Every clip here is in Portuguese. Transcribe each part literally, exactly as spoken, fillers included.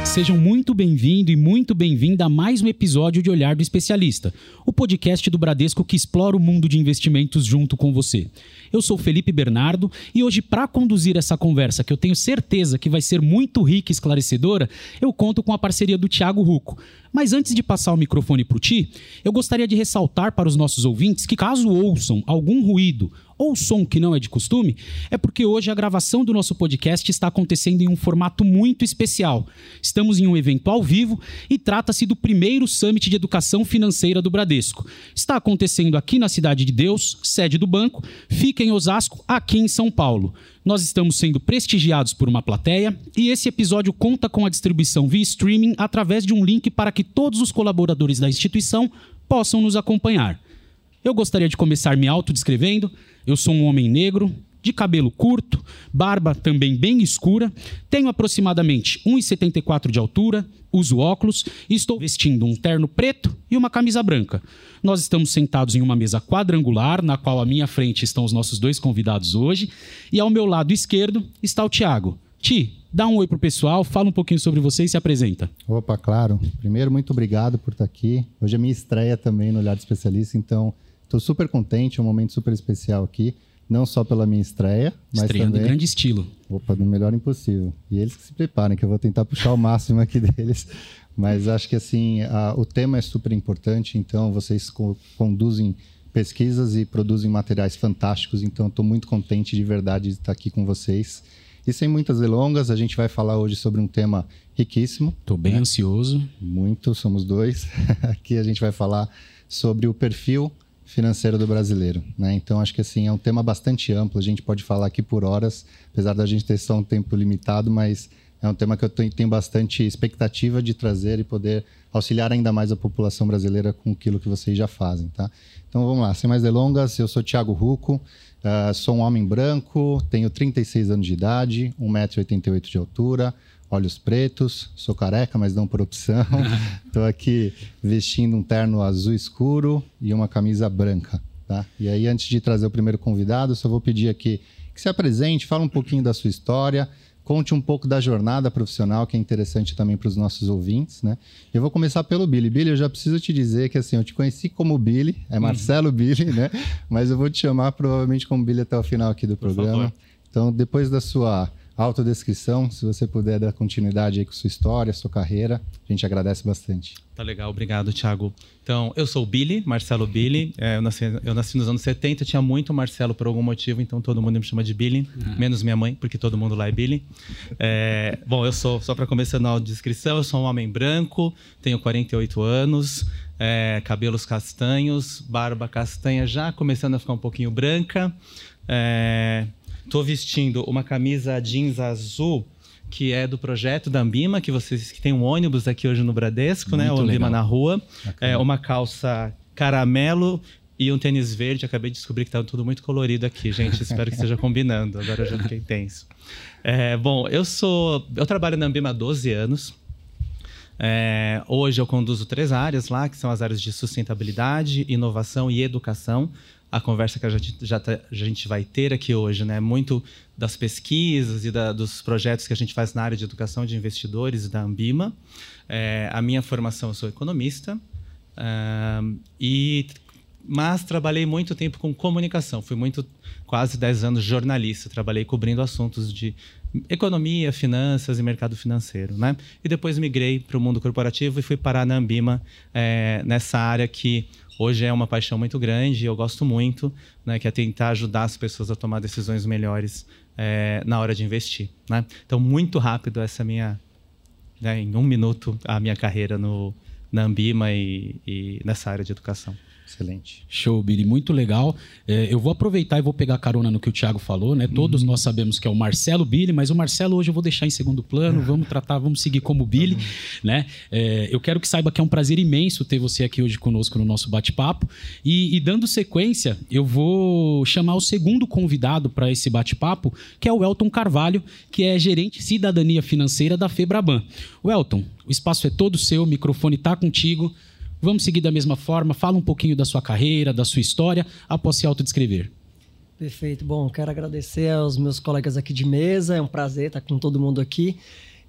Sejam muito bem-vindos e muito bem-vinda a mais um episódio de Olhar do Especialista, o podcast do Bradesco que explora o mundo de investimentos junto com você. Eu sou Felipe Bernardo e hoje, para conduzir essa conversa, que eu tenho certeza que vai ser muito rica e esclarecedora, eu conto com a parceria do Thiago Rucco. Mas antes de passar o microfone para o Ti, eu gostaria de ressaltar para os nossos ouvintes que, caso ouçam algum ruído ou som que não é de costume, é porque hoje a gravação do nosso podcast está acontecendo em um formato muito especial. Estamos em um evento ao vivo e trata-se do primeiro Summit de Educação Financeira do Bradesco. Está acontecendo aqui na Cidade de Deus, sede do banco, fica em Osasco, aqui em São Paulo. Nós estamos sendo prestigiados por uma plateia e esse episódio conta com a distribuição via streaming através de um link para que todos os colaboradores da instituição possam nos acompanhar. Eu gostaria de começar me autodescrevendo. Eu sou um homem negro, de cabelo curto, barba também bem escura, tenho aproximadamente um metro e setenta e quatro de altura, uso óculos e estou vestindo um terno preto e uma camisa branca. Nós estamos sentados em uma mesa quadrangular, na qual à minha frente estão os nossos dois convidados hoje, e ao meu lado esquerdo está o Thiago. Ti, dá um oi pro pessoal, fala um pouquinho sobre você e se apresenta. Opa, claro. Primeiro, muito obrigado por estar aqui. Hoje é minha estreia também no Olhar do Especialista, então estou super contente, é um momento super especial aqui. Não só pela minha estreia, mas Estreando também... em grande estilo. Opa, no melhor impossível. E eles que se preparem, que eu vou tentar puxar o máximo aqui deles. Mas acho que assim, a, o tema é super importante, então vocês co- conduzem pesquisas e produzem materiais fantásticos, então estou muito contente de verdade de estar aqui com vocês. E sem muitas delongas, a gente vai falar hoje sobre um tema riquíssimo. Estou bem né? ansioso. Muito, somos dois. Aqui a gente vai falar sobre o perfil financeiro do brasileiro, né? Então acho que assim é um tema bastante amplo, a gente pode falar aqui por horas, apesar da gente ter só um tempo limitado, mas é um tema que eu tenho bastante expectativa de trazer e poder auxiliar ainda mais a população brasileira com aquilo que vocês já fazem, tá? Então vamos lá, sem mais delongas, eu sou Thiago Rucco, uh, sou um homem branco, tenho trinta e seis anos de idade, um metro e oitenta e oito de altura, olhos pretos, sou careca, mas não por opção. Estou aqui vestindo um terno azul escuro e uma camisa branca, tá? E aí, antes de trazer o primeiro convidado, só vou pedir aqui que se apresente, fala um pouquinho da sua história, conte um pouco da jornada profissional, que é interessante também para os nossos ouvintes, né? Eu vou começar pelo Billy. Billy, eu já preciso te dizer que assim, eu te conheci como Billy, é Marcelo uhum. Billy, né? Mas eu vou te chamar provavelmente como Billy até o final aqui do por programa. Favor. Então, depois da sua autodescrição, se você puder dar continuidade aí com sua história, sua carreira, a gente agradece bastante. Tá legal, obrigado, Thiago. Então, eu sou o Billy, Marcelo Billy, é, eu, nasci, eu nasci nos anos setenta, tinha muito Marcelo por algum motivo, então todo mundo me chama de Billy, uhum. menos minha mãe, porque todo mundo lá é Billy. É, bom, eu sou, só para começar na audiodescrição, eu sou um homem branco, tenho quarenta e oito anos, é, cabelos castanhos, barba castanha já começando a ficar um pouquinho branca, é, tô vestindo uma camisa jeans azul, que é do projeto da Ambima, que vocês que tem um ônibus aqui hoje no Bradesco, muito né? O Ambima legal. Na rua. É, uma calça caramelo e um tênis verde. Acabei de descobrir que está tudo muito colorido aqui, gente. Espero que esteja combinando. Agora eu já fiquei tenso. É, bom, eu sou... Eu trabalho na Ambima há doze anos. É, hoje eu conduzo três áreas lá, que são as áreas de sustentabilidade, inovação e educação. A conversa que a gente, já tá, a gente vai ter aqui hoje, né? Muito das pesquisas e da, dos projetos que a gente faz na área de educação de investidores da Ambima. É, a minha formação, eu sou economista, uh, e, mas trabalhei muito tempo com comunicação. Fui muito, quase dez anos jornalista. Trabalhei cobrindo assuntos de economia, finanças e mercado financeiro, né? E depois migrei para o mundo corporativo e fui parar na Ambima, é, nessa área que hoje é uma paixão muito grande e eu gosto muito, né, que é tentar ajudar as pessoas a tomar decisões melhores é, na hora de investir, né? Então, muito rápido essa minha, né, em um minuto, a minha carreira no, na Ambima e, e nessa área de educação. Excelente. Show, Billy. Muito legal. É, eu vou aproveitar e vou pegar carona no que o Thiago falou, né? Todos uhum. nós sabemos que é o Marcelo Billy, mas o Marcelo hoje eu vou deixar em segundo plano. Vamos tratar, vamos seguir como Billy, uhum. né? É, eu quero que saiba que é um prazer imenso ter você aqui hoje conosco no nosso bate-papo. E, e dando sequência, eu vou chamar o segundo convidado para esse bate-papo, que é o Elton Carvalho, que é gerente de cidadania financeira da Febraban. O Elton, o espaço é todo seu, o microfone está contigo. Vamos seguir da mesma forma. Fala um pouquinho da sua carreira, da sua história, após se autodescrever. Perfeito. Bom, quero agradecer aos meus colegas aqui de mesa. É um prazer estar com todo mundo aqui.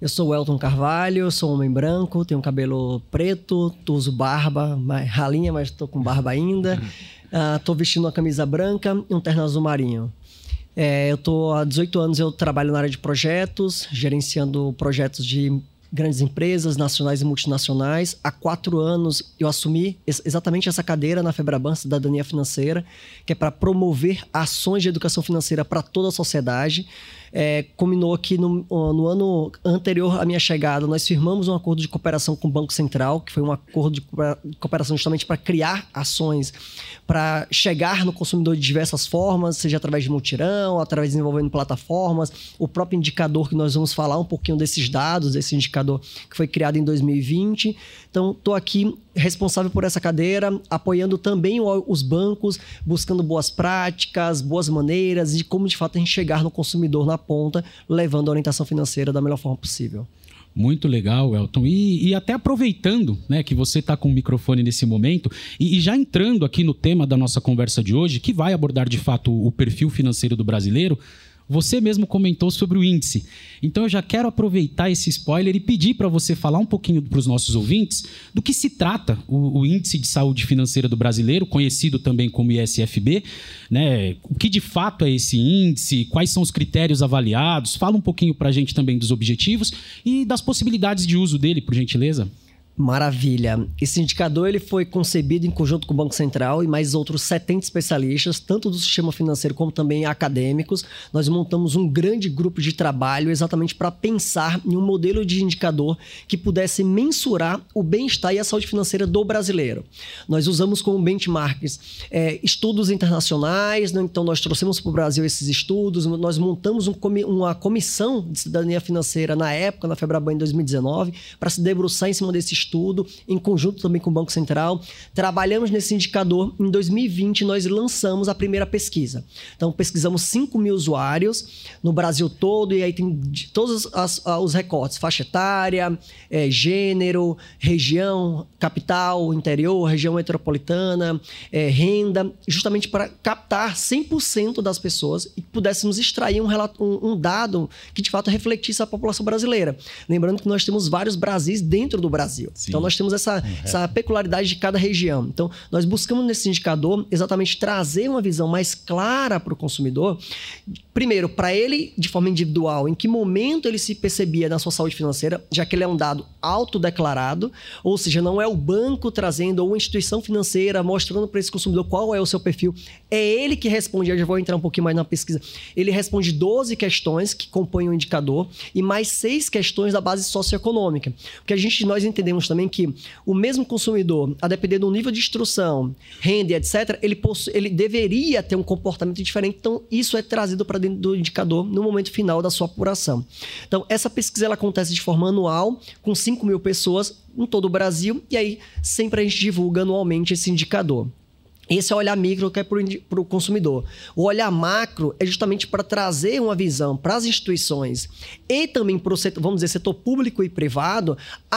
Eu sou o Elton Carvalho, sou um homem branco, tenho cabelo preto, uso barba, ralinha, mas estou com barba ainda. Estou uh, vestindo uma camisa branca e um terno azul marinho. É, eu estou há dezoito anos, eu trabalho na área de projetos, gerenciando projetos de grandes empresas nacionais e multinacionais. Há quatro anos eu assumi exatamente essa cadeira na Febraban, Cidadania Financeira, que é para promover ações de educação financeira para toda a sociedade. É, combinou que no, no ano anterior à minha chegada, nós firmamos um acordo de cooperação com o Banco Central, que foi um acordo de cooperação justamente para criar ações, para chegar no consumidor de diversas formas, seja através de mutirão, através de desenvolvendo plataformas, o próprio indicador que nós vamos falar um pouquinho desses dados, desse indicador que foi criado em dois mil e vinte. Então, estou aqui responsável por essa cadeira, apoiando também os bancos, buscando boas práticas, boas maneiras de como, de fato, a gente chegar no consumidor na ponta, levando a orientação financeira da melhor forma possível. Muito legal, Elton. E, e até aproveitando, né, que você está com o microfone nesse momento e, e já entrando aqui no tema da nossa conversa de hoje, que vai abordar, de fato, o perfil financeiro do brasileiro, você mesmo comentou sobre o índice. Então, eu já quero aproveitar esse spoiler e pedir para você falar um pouquinho para os nossos ouvintes do que se trata o, o Índice de Saúde Financeira do Brasileiro, conhecido também como I S F B, né? O que de fato é esse índice, quais são os critérios avaliados, fala um pouquinho para a gente também dos objetivos e das possibilidades de uso dele, por gentileza. Maravilha. Esse indicador ele foi concebido em conjunto com o Banco Central e mais outros setenta especialistas, tanto do sistema financeiro como também acadêmicos. Nós montamos um grande grupo de trabalho exatamente para pensar em um modelo de indicador que pudesse mensurar o bem-estar e a saúde financeira do brasileiro. Nós usamos como benchmarks é, estudos internacionais, né? Então nós trouxemos para o Brasil esses estudos, nós montamos um, uma comissão de cidadania financeira na época, na Febraban em dois mil e dezenove, para se debruçar em cima desse estudo, em conjunto também com o Banco Central. Trabalhamos nesse indicador. Em dois mil e vinte, nós lançamos a primeira pesquisa. Então, pesquisamos cinco mil usuários no Brasil todo, e aí tem todos as, os recortes, faixa etária, é, gênero, região, capital, interior, região metropolitana, é, renda, justamente para captar cem por cento das pessoas e que pudéssemos extrair um, relato, um, um dado que, de fato, refletisse a população brasileira. Lembrando que nós temos vários Brasis dentro do Brasil. Sim. Então, nós temos essa, uhum. essa peculiaridade de cada região. Então, nós buscamos nesse indicador exatamente trazer uma visão mais clara para o consumidor. Primeiro, para ele, de forma individual, em que momento ele se percebia na sua saúde financeira, já que ele é um dado autodeclarado, ou seja, não é o banco trazendo ou uma instituição financeira mostrando para esse consumidor qual é o seu perfil. É ele que responde, eu já vou entrar um pouquinho mais na pesquisa, ele responde doze questões que compõem o indicador e mais seis questões da base socioeconômica. Porque a gente, nós entendemos também que o mesmo consumidor, a depender do nível de instrução, renda, etcétera, ele, possui, ele deveria ter um comportamento diferente. Então, isso é trazido para dentro do indicador no momento final da sua apuração. Então, essa pesquisa ela acontece de forma anual, com cinco mil pessoas em todo o Brasil, e aí sempre a gente divulga anualmente esse indicador. Esse é o olhar micro que é para o consumidor. O olhar macro é justamente para trazer uma visão para as instituições e também para o setor, vamos dizer, setor público e privado,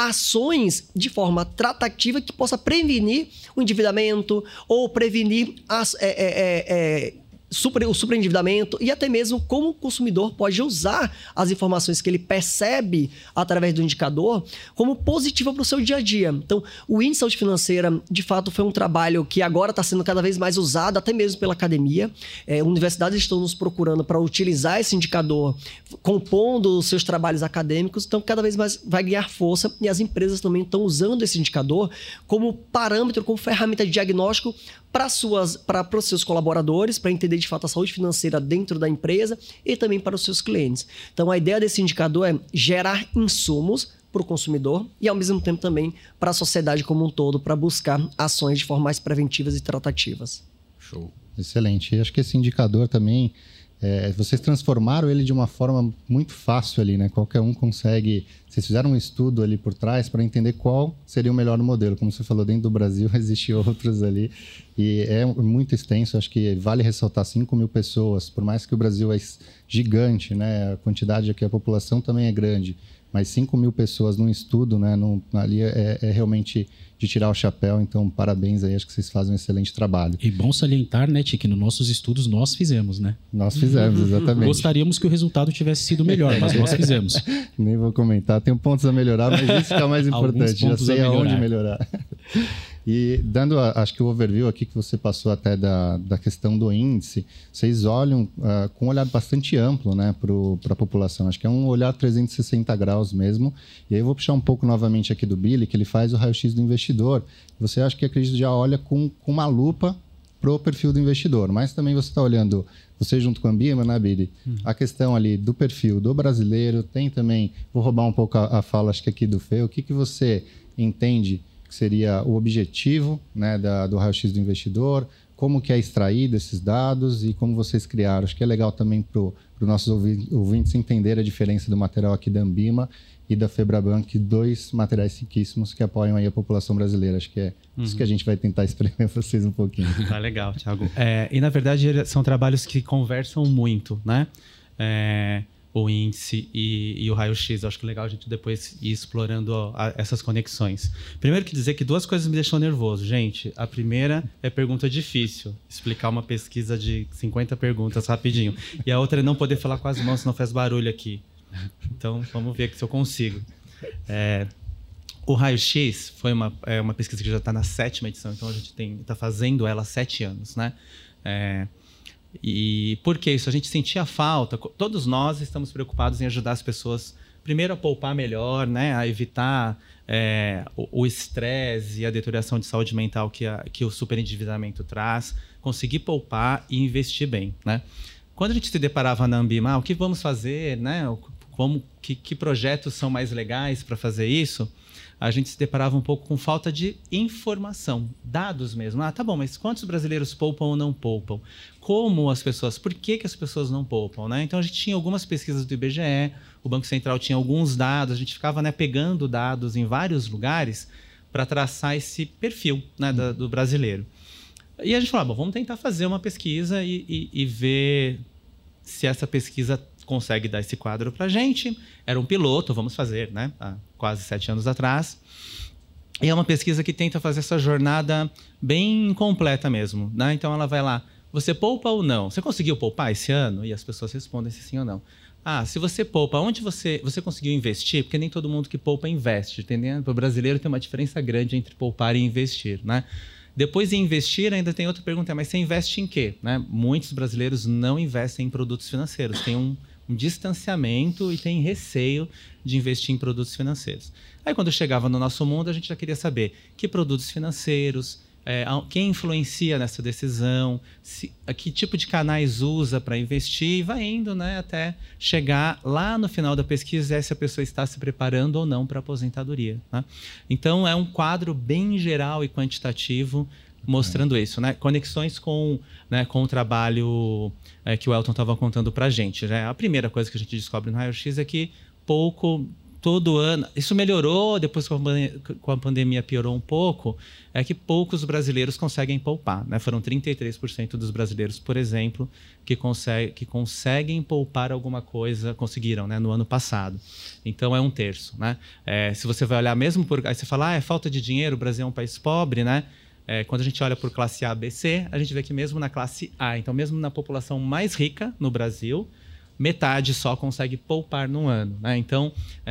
ações de forma tratativa que possa prevenir o endividamento ou prevenir as... É, é, é, Super, o superendividamento e até mesmo como o consumidor pode usar as informações que ele percebe através do indicador como positiva para o seu dia a dia. Então, o Índice de Saúde Financeira, de fato, foi um trabalho que agora está sendo cada vez mais usado, até mesmo pela academia. É, universidades estão nos procurando para utilizar esse indicador, compondo os seus trabalhos acadêmicos, então cada vez mais vai ganhar força e as empresas também estão usando esse indicador como parâmetro, como ferramenta de diagnóstico para suas, para os seus colaboradores, para entender de fato a saúde financeira dentro da empresa e também para os seus clientes. Então, a ideia desse indicador é gerar insumos para o consumidor e, ao mesmo tempo, também para a sociedade como um todo, para buscar ações de forma mais preventivas e tratativas. Show. Excelente. E acho que esse indicador também, é, vocês transformaram ele de uma forma muito fácil ali, né? Qualquer um consegue... Vocês fizeram um estudo ali por trás para entender qual seria o melhor modelo. Como você falou, dentro do Brasil existem outros ali e é muito extenso. Acho que vale ressaltar cinco mil pessoas, por mais que o Brasil é gigante, né? A quantidade aqui, a população também é grande. mas cinco mil pessoas num estudo, né, num, ali é, é realmente de tirar o chapéu, então parabéns aí, acho que vocês fazem um excelente trabalho. E bom salientar, né, Ti, que nos nossos estudos nós fizemos, né? Nós fizemos, exatamente. Gostaríamos que o resultado tivesse sido melhor, mas nós fizemos. Nem vou comentar, tem pontos a melhorar, mas isso que é o mais importante, já sei aonde melhorar. E dando, a, acho que o overview aqui que você passou até da, da questão do índice, vocês olham uh, com um olhar bastante amplo, né, para a população. Acho que é um olhar trezentos e sessenta graus mesmo. E aí eu vou puxar um pouco novamente aqui do Billy, que ele faz o raio-x do investidor. Você acha que, acredito, já olha com, com uma lupa para o perfil do investidor, mas também você está olhando, você junto com a Ambima, né, Billy? Uhum. A questão ali do perfil do brasileiro, tem também, vou roubar um pouco a, a fala, acho que aqui do Fê, o que, que você entende que seria o objetivo, né, da, do raio-x do investidor, como que é extraído esses dados e como vocês criaram. Acho que é legal também para os nossos ouvintes entender a diferença do material aqui da Ambima e da Febrabank, dois materiais riquíssimos que apoiam aí a população brasileira. Acho que é uhum. isso que a gente vai tentar explicar vocês um pouquinho. Tá legal, Thiago. É, e, na verdade, são trabalhos que conversam muito, né? É, o índice e, e o raio-x. Acho que é legal a gente depois ir explorando ó, a, essas conexões. Primeiro, que dizer que duas coisas me deixam nervoso. Gente, a primeira é pergunta difícil. Explicar uma pesquisa de cinquenta perguntas rapidinho. E a outra é não poder falar com as mãos, senão faz barulho aqui. Então, vamos ver se eu consigo. É, o raio-x foi uma, é uma pesquisa que já está na sétima edição, então a gente está fazendo ela há sete anos, né? É, e por que isso? A gente sentia falta, todos nós estamos preocupados em ajudar as pessoas, primeiro a poupar melhor, né? A evitar é, o estresse e a deterioração de saúde mental que, a, que o superendividamento traz, conseguir poupar e investir bem, né? Quando a gente se deparava na Ambima, ah, o que vamos fazer, né? Como, que, que projetos são mais legais para fazer isso? A gente se deparava um pouco com falta de informação, dados mesmo. Ah, tá bom, mas quantos brasileiros poupam ou não poupam? Como as pessoas, por que, que as pessoas não poupam, né? Então a gente tinha algumas pesquisas do I B G E, o Banco Central tinha alguns dados, a gente ficava, né, pegando dados em vários lugares para traçar esse perfil, né, da, do brasileiro. E a gente falava, bom, vamos tentar fazer uma pesquisa e, e, e ver se essa pesquisa consegue dar esse quadro para a gente. Era um piloto, vamos fazer, né? Há quase sete anos atrás. E é uma pesquisa que tenta fazer essa jornada bem completa mesmo, né? Então ela vai lá, você poupa ou não? Você conseguiu poupar esse ano? E as pessoas respondem se sim ou não. Ah, se você poupa, onde você, você conseguiu investir? Porque nem todo mundo que poupa investe, entendeu? O brasileiro tem uma diferença grande entre poupar e investir, né? Depois de investir, ainda tem outra pergunta, mas você investe em quê? Né? Muitos brasileiros não investem em produtos financeiros, tem um, um distanciamento e tem receio de investir em produtos financeiros. Aí, quando chegava no nosso mundo, a gente já queria saber que produtos financeiros, é, quem influencia nessa decisão, se, que tipo de canais usa para investir, e vai indo, né, até chegar lá no final da pesquisa se a pessoa está se preparando ou não para a aposentadoria, né? Então, é um quadro bem geral e quantitativo mostrando é. isso, né? Conexões com, né, com o trabalho é, que o Elton estava contando para a gente, né? A primeira coisa que a gente descobre no raio-x é que pouco... todo ano, isso melhorou, depois com a pandemia piorou um pouco, é que poucos brasileiros conseguem poupar, né? Foram trinta e três por cento dos brasileiros, por exemplo, que, consegue, que conseguem poupar alguma coisa, conseguiram, né, no ano passado. Então, é um terço, né? É, se você vai olhar mesmo por... Aí você fala, ah, é falta de dinheiro, o Brasil é um país pobre, né? É, quando a gente olha por classe A, B, C, a gente vê que mesmo na classe A, então mesmo na população mais rica no Brasil, metade só consegue poupar no ano, né? Então,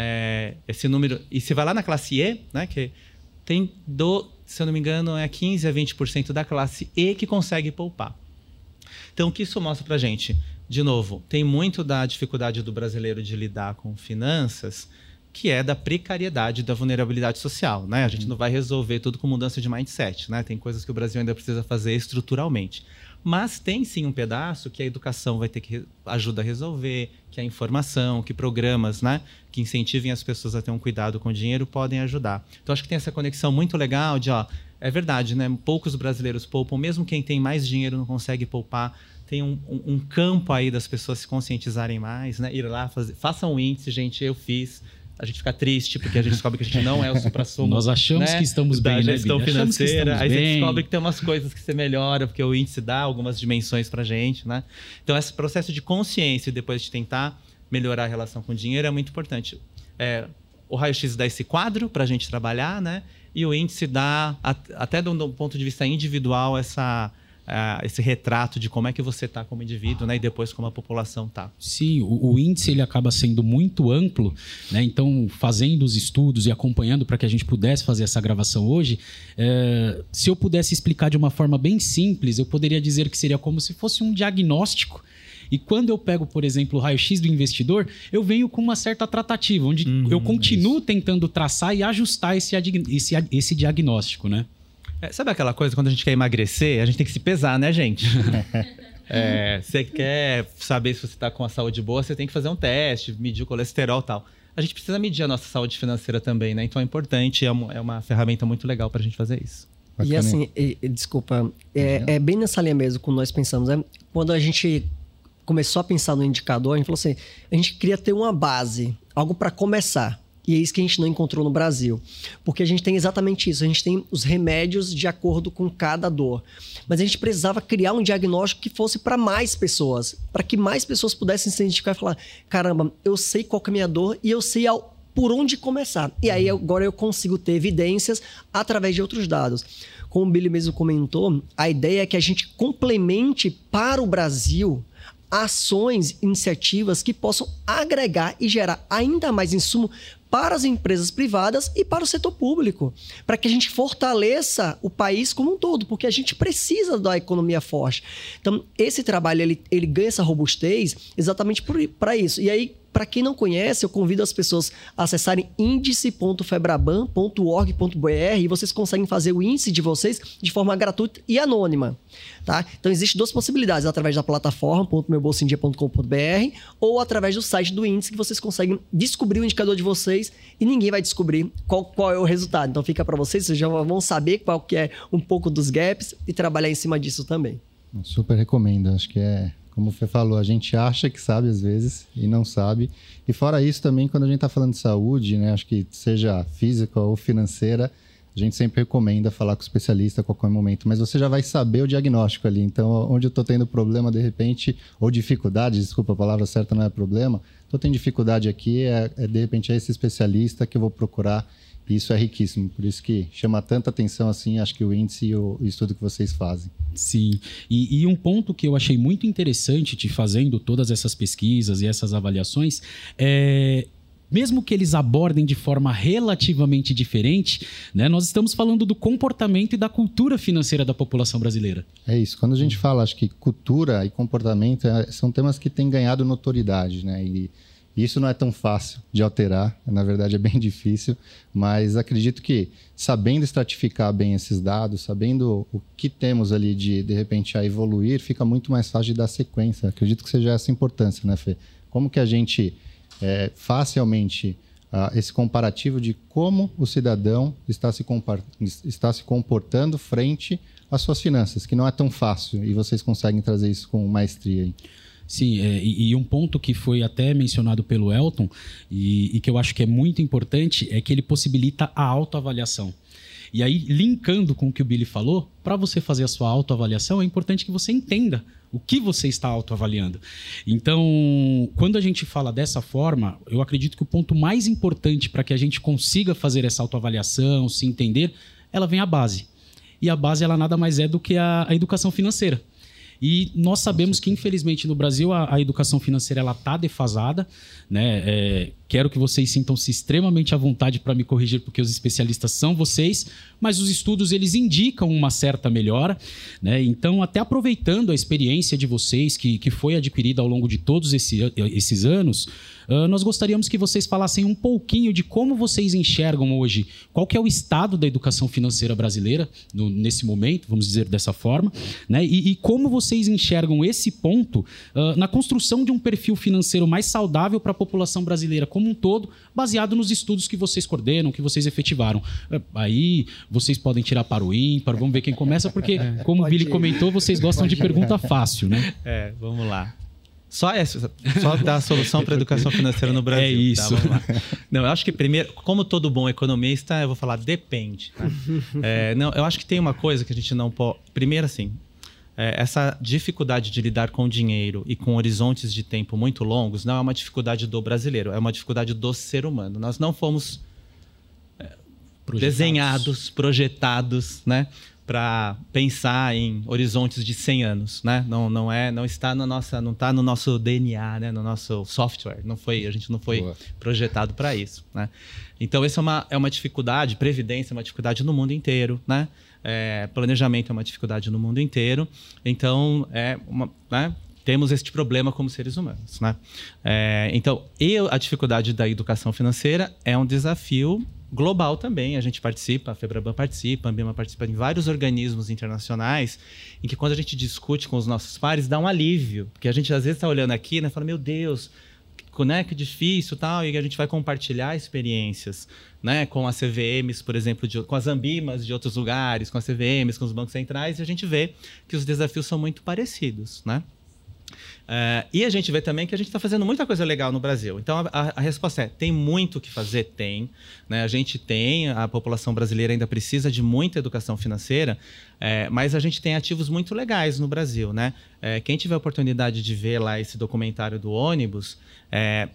é, esse número... E se vai lá na classe E, né, que tem, do, se eu não me engano, é quinze a vinte por cento da classe E que consegue poupar. Então, o que isso mostra pra gente? De novo, tem muito da dificuldade do brasileiro de lidar com finanças, que é da precariedade, da vulnerabilidade social, né? A gente não vai resolver tudo com mudança de mindset, né? Tem coisas que o Brasil ainda precisa fazer estruturalmente. Mas tem sim um pedaço que a educação vai ter que ajuda a resolver, que a informação, que programas, né, que incentivem as pessoas a ter um cuidado com o dinheiro podem ajudar. Então, acho que tem essa conexão muito legal de, ó, é verdade, né? Poucos brasileiros poupam, mesmo quem tem mais dinheiro não consegue poupar. Tem um, um, um campo aí das pessoas se conscientizarem mais, né? Ir lá, fazer, façam um índice, gente, eu fiz. A gente fica triste porque a gente descobre que a gente não é o supra-sumo. Nós achamos, né, que estamos bem, da né, gestão Billy? financeira. Aí bem. você descobre que tem umas coisas que você melhora, porque o índice dá algumas dimensões pra gente, né? Então, esse processo de consciência e depois de tentar melhorar a relação com o dinheiro é muito importante. é, o raio-x dá esse quadro para a gente trabalhar, né? E o índice dá, até do, do ponto de vista individual, essa... Uh, esse retrato de como é que você está como indivíduo, né? E depois como a população está. Sim, o, o índice ele acaba sendo muito amplo, né? Então, fazendo os estudos e acompanhando para que a gente pudesse fazer essa gravação hoje, é, se eu pudesse explicar de uma forma bem simples, eu poderia dizer que seria como se fosse um diagnóstico. E quando eu pego, por exemplo, o raio-x do investidor, eu venho com uma certa tratativa, onde uhum, eu continuo isso. tentando traçar e ajustar esse, esse, esse diagnóstico, né? É, sabe aquela coisa, quando a gente quer emagrecer, a gente tem que se pesar, né, gente? é, você quer saber se você está com a saúde boa, você tem que fazer um teste, medir o colesterol e tal. A gente precisa medir a nossa saúde financeira também, né? Então é importante, é uma, é uma ferramenta muito legal para a gente fazer isso. Bacana. E assim, e, e, desculpa, é, é bem nessa linha mesmo que nós pensamos. Né? Quando a gente começou a pensar no indicador, a gente falou assim, a gente queria ter uma base, algo para começar. E é isso que a gente não encontrou no Brasil. Porque a gente tem exatamente isso. A gente tem os remédios de acordo com cada dor. Mas a gente precisava criar um diagnóstico que fosse para mais pessoas. Para que mais pessoas pudessem se identificar e falar, caramba, eu sei qual que é a minha dor e eu sei ao, por onde começar. E aí agora eu consigo ter evidências através de outros dados. Como o Billy mesmo comentou, a ideia é que a gente complemente para o Brasil ações, iniciativas que possam agregar e gerar ainda mais insumo para as empresas privadas e para o setor público, para que a gente fortaleça o país como um todo, porque a gente precisa da economia forte. Então, esse trabalho ele, ele ganha essa robustez exatamente para isso. E aí, para quem não conhece, eu convido as pessoas a acessarem índice ponto febraban ponto org ponto br e vocês conseguem fazer o índice de vocês de forma gratuita e anônima. Tá? Então, existem duas possibilidades, através da plataforma ponto meu bolso em dia ponto com ponto br ou através do site do índice, que vocês conseguem descobrir o indicador de vocês e ninguém vai descobrir qual, qual é o resultado. Então, fica para vocês, vocês já vão saber qual que é um pouco dos gaps e trabalhar em cima disso também. Super recomendo, acho que é... Como você falou, a gente acha que sabe às vezes e não sabe. E fora isso também, quando a gente está falando de saúde, né, acho que seja física ou financeira, a gente sempre recomenda falar com o especialista a qualquer momento. Mas você já vai saber o diagnóstico ali. Então, onde eu estou tendo problema, de repente, ou dificuldade, desculpa, a palavra certa não é problema, estou tendo dificuldade aqui, é, é de repente é esse especialista que eu vou procurar. E isso é riquíssimo, por isso que chama tanta atenção assim, acho que o índice e o, o estudo que vocês fazem. Sim, e, e um ponto que eu achei muito interessante te fazendo todas essas pesquisas e essas avaliações é... Mesmo que eles abordem de forma relativamente diferente, né, nós estamos falando do comportamento e da cultura financeira da população brasileira. É isso. Quando a gente fala, acho que cultura e comportamento é, são temas que têm ganhado notoriedade, né? E isso não é tão fácil de alterar, na verdade é bem difícil, mas acredito que sabendo estratificar bem esses dados, sabendo o que temos ali de, de repente, a evoluir, fica muito mais fácil de dar sequência. Acredito que seja essa a importância, né, Fê? Como que a gente... É, facilmente uh, esse comparativo de como o cidadão está se, está se comportando frente às suas finanças, que não é tão fácil e vocês conseguem trazer isso com maestria aí. Sim, é, e, e um ponto que foi até mencionado pelo Elton e, e que eu acho que é muito importante é que ele possibilita a autoavaliação. E aí, linkando com o que o Billy falou, para você fazer a sua autoavaliação, é importante que você entenda o que você está autoavaliando. Então, quando a gente fala dessa forma, eu acredito que o ponto mais importante para que a gente consiga fazer essa autoavaliação, se entender, ela vem à base. E a base, ela nada mais é do que a, a educação financeira. E nós sabemos que, infelizmente, no Brasil, a, a educação financeira está defasada, né? É, quero que vocês sintam-se extremamente à vontade para me corrigir, porque os especialistas são vocês, mas os estudos eles indicam uma certa melhora, né? Então, até aproveitando a experiência de vocês, que, que foi adquirida ao longo de todos esse, esses anos, uh, nós gostaríamos que vocês falassem um pouquinho de como vocês enxergam hoje, qual que é o estado da educação financeira brasileira no, nesse momento, vamos dizer dessa forma, né? E, e como vocês enxergam esse ponto uh, na construção de um perfil financeiro mais saudável para a população brasileira como um todo, baseado nos estudos que vocês coordenam, que vocês efetivaram. Uh, aí vocês podem tirar para o ímpar, vamos ver quem começa, porque, como o Billy comentou, vocês gostam de pergunta fácil, né? É, vamos lá. Só, essa, só dar a solução para a educação financeira no Brasil. É isso. Tá, vamos lá. Não, eu acho que primeiro, como todo bom economista, eu vou falar depende. Tá? É, não, eu acho que tem uma coisa que a gente não pode... Primeiro, assim, é, essa dificuldade de lidar com dinheiro e com horizontes de tempo muito longos não é uma dificuldade do brasileiro, é uma dificuldade do ser humano. Nós não fomos é, projetados. desenhados, projetados, né, para pensar em horizontes de cem anos, né? Não, não é, não está na nossa, não está no nosso D N A, né? No nosso software. Não foi, a gente não foi Boa. projetado para isso, né? Então essa é uma é uma dificuldade, previdência é uma dificuldade no mundo inteiro, né? É, planejamento é uma dificuldade no mundo inteiro. Então é uma, né? Temos este problema como seres humanos, né? É, então, e a dificuldade da educação financeira é um desafio global também. A gente participa, a FEBRABAN participa, a Ambima participa em vários organismos internacionais em que quando a gente discute com os nossos pares, dá um alívio. Porque a gente às vezes está olhando aqui, né, fala, meu Deus, né, que difícil tal, e a gente vai compartilhar experiências, né, com as C V Ms, por exemplo, de, com as Ambimas de outros lugares, com as C V Ms, com os bancos centrais, e a gente vê que os desafios são muito parecidos, né? Uh, e a gente vê também que a gente está fazendo muita coisa legal no Brasil. Então, a, a resposta é, tem muito o que fazer? Tem. Né? A gente tem, a população brasileira ainda precisa de muita educação financeira, é, mas a gente tem ativos muito legais no Brasil. Né? É, quem tiver a oportunidade de ver lá esse documentário do ônibus, é,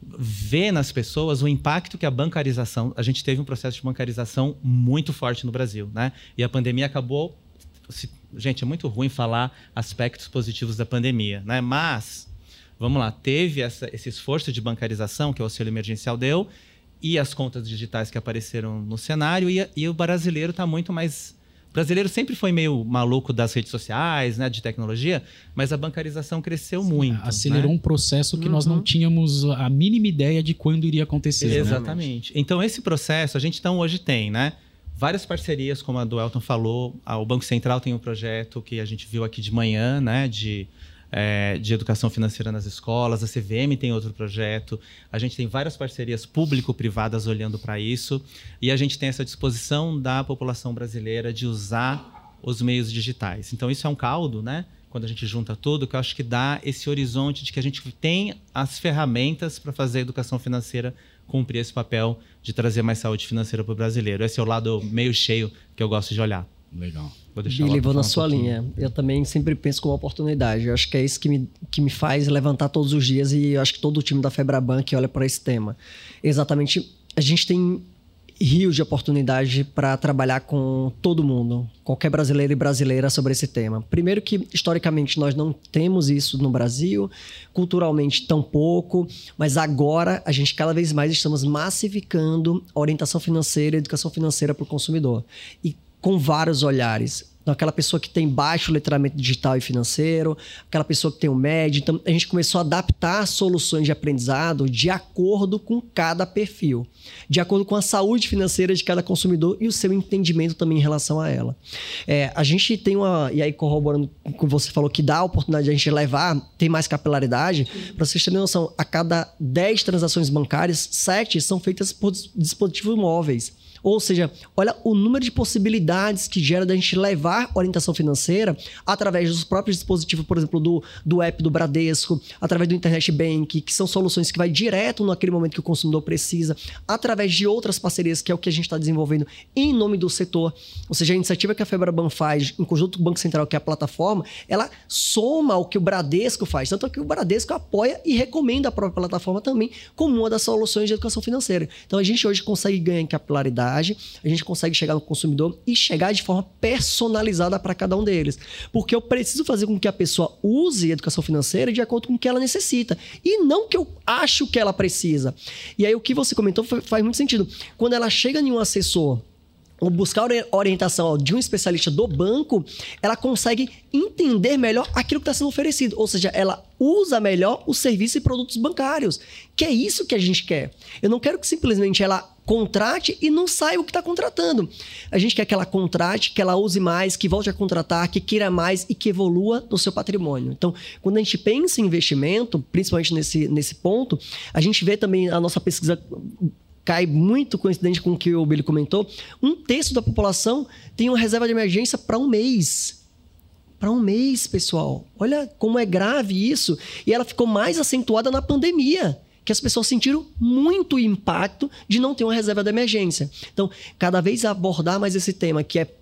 vê nas pessoas o impacto que a bancarização... A gente teve um processo de bancarização muito forte no Brasil. Né? E a pandemia acabou... Se, gente, é muito ruim falar aspectos positivos da pandemia, né? Mas, vamos lá, teve essa, esse esforço de bancarização que o auxílio emergencial deu e as contas digitais que apareceram no cenário e, e o brasileiro está muito mais... O brasileiro sempre foi meio maluco das redes sociais, né, de tecnologia, mas a bancarização cresceu Sim, muito. Acelerou, né? Um processo que uhum. nós não tínhamos a mínima ideia de quando iria acontecer. Exatamente. Né? Então, esse processo a gente então hoje tem, né? Várias parcerias, como a do Elton falou. O Banco Central tem um projeto que a gente viu aqui de manhã, né, de, é, de educação financeira nas escolas. A C V M tem outro projeto. A gente tem várias parcerias público-privadas olhando para isso. E a gente tem essa disposição da população brasileira de usar os meios digitais. Então, isso é um caldo, né? Quando a gente junta tudo, que eu acho que dá esse horizonte de que a gente tem as ferramentas para fazer a educação financeira cumprir esse papel de trazer mais saúde financeira para o brasileiro. Esse é o lado meio cheio que eu gosto de olhar. Legal. Vou deixar Billy, vou na sua um linha. Eu também sempre penso como oportunidade. Eu acho que é isso que me, que me faz levantar todos os dias e eu acho que todo o time da FEBRABAN que olha para esse tema. Exatamente, a gente tem rios de oportunidade para trabalhar com todo mundo, qualquer brasileiro e brasileira sobre esse tema. Primeiro que, historicamente, nós não temos isso no Brasil, culturalmente tampouco, mas agora a gente cada vez mais estamos massificando a orientação financeira e educação financeira para o consumidor. E com vários olhares. Então, aquela pessoa que tem baixo letramento digital e financeiro, aquela pessoa que tem o médio. Então, a gente começou a adaptar soluções de aprendizado de acordo com cada perfil, de acordo com a saúde financeira de cada consumidor e o seu entendimento também em relação a ela. É, a gente tem uma... E aí, corroborando com o que você falou, que dá a oportunidade de a gente levar, tem mais capilaridade. Para vocês terem noção, a cada dez transações bancárias, sete são feitas por dispositivos móveis. Ou seja, olha o número de possibilidades que gera da gente levar orientação financeira através dos próprios dispositivos, por exemplo, do, do app do Bradesco, através do Internet Bank, que são soluções que vai direto naquele momento que o consumidor precisa, através de outras parcerias, que é o que a gente está desenvolvendo em nome do setor. Ou seja, a iniciativa que a FEBRABAN faz, em conjunto com o Banco Central, que é a plataforma, ela soma ao que o Bradesco faz. Tanto que o Bradesco apoia e recomenda a própria plataforma também como uma das soluções de educação financeira. Então, a gente hoje consegue ganhar em capilaridade, a gente consegue chegar no consumidor e chegar de forma personalizada para cada um deles. Porque eu preciso fazer com que a pessoa use a educação financeira de acordo com o que ela necessita. E não que eu acho que ela precisa. E aí o que você comentou faz muito sentido. Quando ela chega em um assessor ou buscar orientação de um especialista do banco, ela consegue entender melhor aquilo que está sendo oferecido. Ou seja, ela usa melhor os serviços e produtos bancários. Que é isso que a gente quer. Eu não quero que simplesmente ela contrate e não saiba o que está contratando. A gente quer que ela contrate, que ela use mais, que volte a contratar, que queira mais e que evolua no seu patrimônio. Então, quando a gente pensa em investimento, principalmente nesse, nesse ponto, a gente vê também a nossa pesquisa... cai muito coincidente com o que o Billy comentou, um terço da população tem uma reserva de emergência para um mês. Para um mês, pessoal. Olha como é grave isso. E ela ficou mais acentuada na pandemia, que as pessoas sentiram muito impacto de não ter uma reserva de emergência. Então, cada vez abordar mais esse tema, que é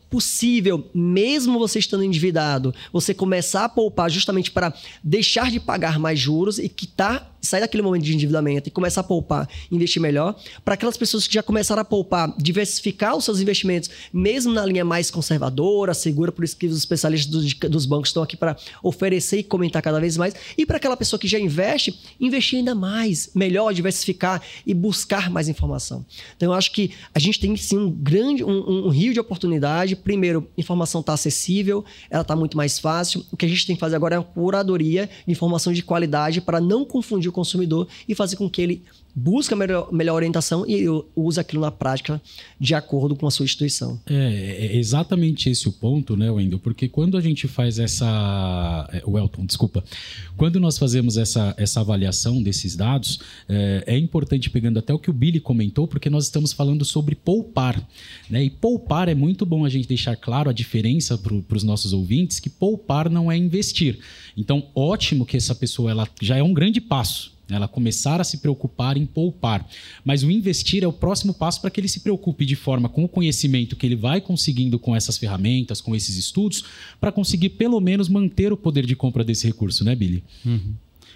possível, mesmo você estando endividado, você começar a poupar justamente para deixar de pagar mais juros e quitar, sair daquele momento de endividamento e começar a poupar, investir melhor. Para aquelas pessoas que já começaram a poupar, diversificar os seus investimentos, mesmo na linha mais conservadora, segura, por isso que os especialistas dos, dos bancos estão aqui para oferecer e comentar cada vez mais. E para aquela pessoa que já investe, investir ainda mais, melhor, diversificar e buscar mais informação. Então, eu acho que a gente tem sim um grande, um, um rio de oportunidade. Primeiro, a informação está acessível, ela está muito mais fácil. O que a gente tem que fazer agora é uma curadoria de informação de qualidade para não confundir o consumidor e fazer com que ele busque a melhor, melhor orientação e use aquilo na prática de acordo com a sua instituição. É, é exatamente esse o ponto, né, Wendel? Porque quando a gente faz essa... Welton, desculpa. Quando nós fazemos essa, essa avaliação desses dados, é, é importante, pegando até o que o Billy comentou, porque nós estamos falando sobre poupar, né? E poupar é muito bom a gente deixar claro a diferença para os nossos ouvintes, que poupar não é investir. Então, ótimo que essa pessoa ela já é um grande passo, ela começar a se preocupar em poupar. Mas o investir é o próximo passo para que ele se preocupe de forma com o conhecimento que ele vai conseguindo com essas ferramentas, com esses estudos, para conseguir pelo menos manter o poder de compra desse recurso, né, Billy? Uhum.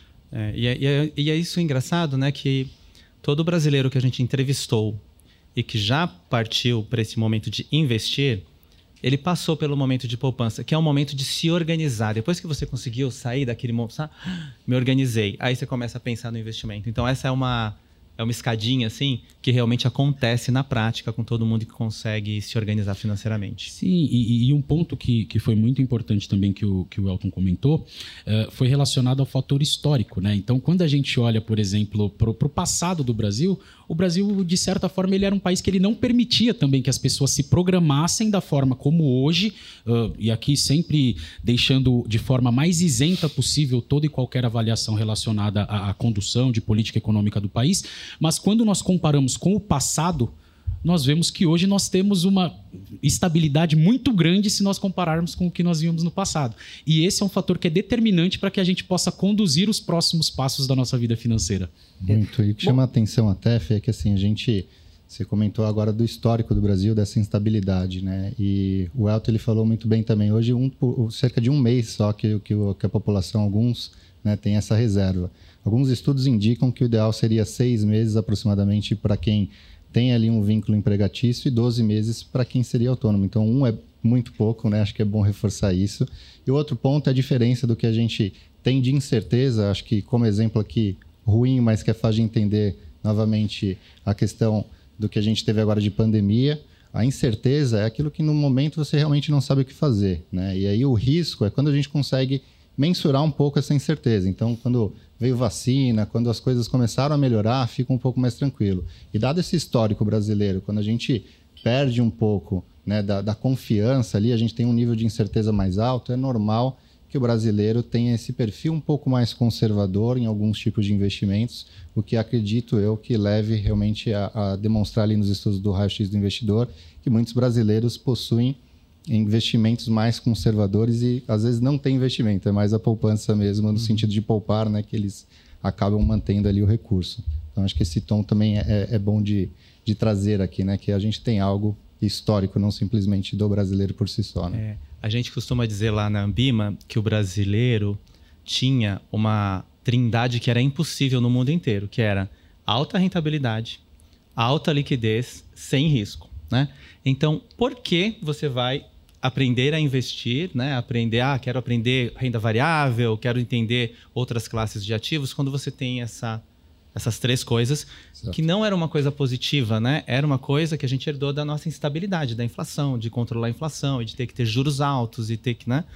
É, e, é, e, é, e é isso engraçado, né, que todo brasileiro que a gente entrevistou e que já partiu para esse momento de investir, ele passou pelo momento de poupança, que é um momento de se organizar. Depois que você conseguiu sair daquele momento, sabe? Me organizei. Aí você começa a pensar no investimento. Então, essa é uma, é uma escadinha, assim, que realmente acontece na prática com todo mundo que consegue se organizar financeiramente. Sim, e, e um ponto que, que foi muito importante também que o, que o Welton comentou uh, foi relacionado ao fator histórico, né? Então, quando a gente olha, por exemplo, para o passado do Brasil, o Brasil, de certa forma, ele era um país que ele não permitia também que as pessoas se programassem da forma como hoje, uh, e aqui sempre deixando de forma mais isenta possível toda e qualquer avaliação relacionada à, à condução de política econômica do país. Mas quando nós comparamos com o passado, nós vemos que hoje nós temos uma estabilidade muito grande se nós compararmos com o que nós vimos no passado. E esse é um fator que é determinante para que a gente possa conduzir os próximos passos da nossa vida financeira. Muito. E o que chama a atenção até, Fê, é que assim, a gente... Você comentou agora do histórico do Brasil, dessa instabilidade, né? E o Elton, ele falou muito bem também. Hoje, um, cerca de um mês só que, que, que a população, alguns, né, tem essa reserva. Alguns estudos indicam que o ideal seria seis meses aproximadamente para quem tem ali um vínculo empregatício e doze meses para quem seria autônomo. Então, um é muito pouco, né? Acho que é bom reforçar isso. E o outro ponto é a diferença do que a gente tem de incerteza. Acho que, como exemplo aqui, ruim, mas que é fácil de entender novamente a questão do que a gente teve agora de pandemia. A incerteza é aquilo que no momento você realmente não sabe o que fazer, né? E aí o risco é quando a gente consegue mensurar um pouco essa incerteza. Então, quando veio vacina, quando as coisas começaram a melhorar, fica um pouco mais tranquilo. E dado esse histórico brasileiro, quando a gente perde um pouco, né, da, da confiança ali, a gente tem um nível de incerteza mais alto, é normal que o brasileiro tenha esse perfil um pouco mais conservador em alguns tipos de investimentos, o que acredito eu que leve realmente a, a demonstrar ali nos estudos do raio-x do investidor que muitos brasileiros possuem investimentos mais conservadores e às vezes não tem investimento, é mais a poupança mesmo, no uhum. sentido de poupar, né, que eles acabam mantendo ali o recurso. Então acho que esse tom também é, é bom de, de trazer aqui, né, que a gente tem algo histórico, não simplesmente do brasileiro por si só, né? É, a gente costuma dizer lá na Ambima que o brasileiro tinha uma trindade que era impossível no mundo inteiro, que era alta rentabilidade, alta liquidez, sem risco, né? Então, por que você vai aprender a investir, né? Aprender, ah, quero aprender renda variável, quero entender outras classes de ativos, quando você tem essa, essas três coisas, certo, que não era uma coisa positiva, né? Era uma coisa que a gente herdou da nossa instabilidade, da inflação, de controlar a inflação e de ter que ter juros altos e ter que, né?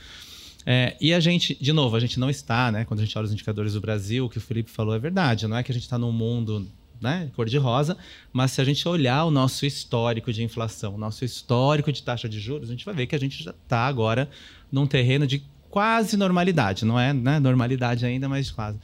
É, e a gente, de novo, a gente não está, né? Quando a gente olha os indicadores do Brasil, o que o Felipe falou é verdade, não é que a gente está num mundo, né, cor-de-rosa, mas se a gente olhar o nosso histórico de inflação, o nosso histórico de taxa de juros, a gente vai ver que a gente já está agora num terreno de quase normalidade, não é, né, normalidade ainda, mas quase.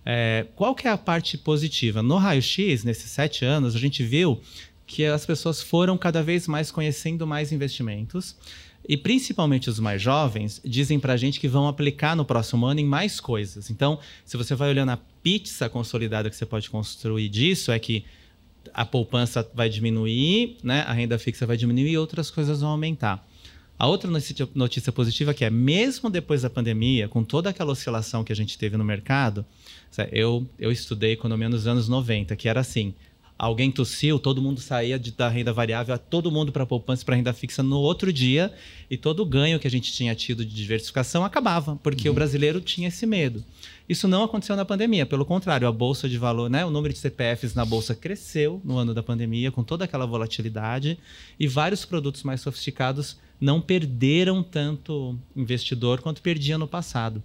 É, qual que é a parte positiva? No raio-x, nesses sete anos, a gente viu que as pessoas foram cada vez mais conhecendo mais investimentos e principalmente os mais jovens dizem para a gente que vão aplicar no próximo ano em mais coisas. Então, se você vai olhando a pizza consolidada que você pode construir disso, é que a poupança vai diminuir, né? A renda fixa vai diminuir e outras coisas vão aumentar. A outra notícia, notícia positiva que é, mesmo depois da pandemia, com toda aquela oscilação que a gente teve no mercado, eu, eu estudei economia nos anos noventa, que era assim, alguém tossiu, todo mundo saía de, da renda variável, todo mundo para poupança, para renda fixa no outro dia, e todo o ganho que a gente tinha tido de diversificação acabava, porque uhum. o brasileiro tinha esse medo. Isso não aconteceu na pandemia, pelo contrário, a bolsa de valor, né, o número de C P Fs na bolsa cresceu no ano da pandemia, com toda aquela volatilidade, e vários produtos mais sofisticados não perderam tanto investidor quanto perdia no passado.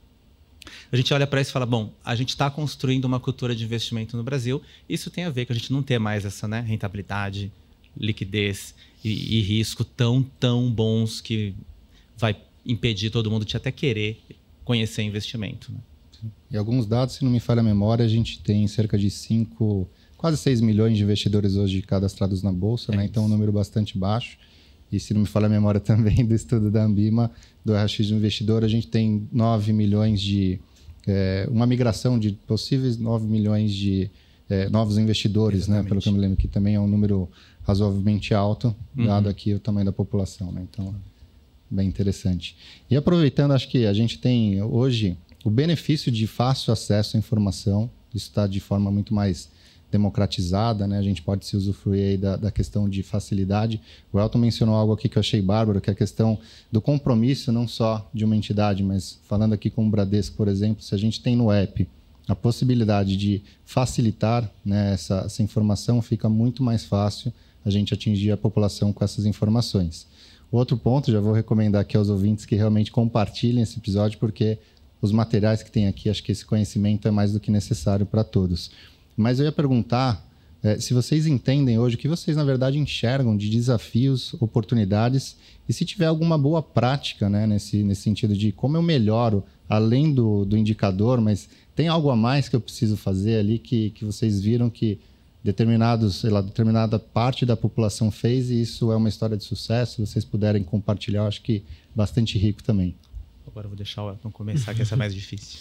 A gente olha para isso e fala, bom, a gente está construindo uma cultura de investimento no Brasil, isso tem a ver com a gente não ter mais essa, né, rentabilidade, liquidez e, e risco tão, tão bons que vai impedir todo mundo de até querer conhecer investimento, né? E alguns dados, se não me falha a memória, a gente tem cerca de cinco, quase seis milhões de investidores hoje cadastrados na Bolsa, é né? Então é um número bastante baixo. E se não me falha a memória também do estudo da Ambima, do R X do investidor, a gente tem nove milhões de... É, uma migração de possíveis nove milhões de é, novos investidores, né? Pelo que eu me lembro, que também é um número razoavelmente alto, dado uhum. aqui o tamanho da população, né? Então, bem interessante. E aproveitando, acho que a gente tem hoje o benefício de fácil acesso à informação, isso está de forma muito mais democratizada, né? A gente pode se usufruir aí da, da questão de facilidade. O Elton mencionou algo aqui que eu achei bárbaro, que é a questão do compromisso, não só de uma entidade, mas falando aqui com o Bradesco, por exemplo, se a gente tem no app a possibilidade de facilitar, né, essa, essa informação, fica muito mais fácil a gente atingir a população com essas informações. O outro ponto, já vou recomendar aqui aos ouvintes que realmente compartilhem esse episódio, porque os materiais que tem aqui, acho que esse conhecimento é mais do que necessário para todos. Mas eu ia perguntar é, se vocês entendem hoje o que vocês, na verdade, enxergam de desafios, oportunidades, e se tiver alguma boa prática, né, nesse, nesse sentido de como eu melhoro, além do, do indicador, mas tem algo a mais que eu preciso fazer ali que, que vocês viram que determinados, sei lá, determinada parte da população fez, e isso é uma história de sucesso. Se vocês puderem compartilhar, eu acho que bastante rico também. Agora eu vou deixar o Elton começar, que essa é mais difícil.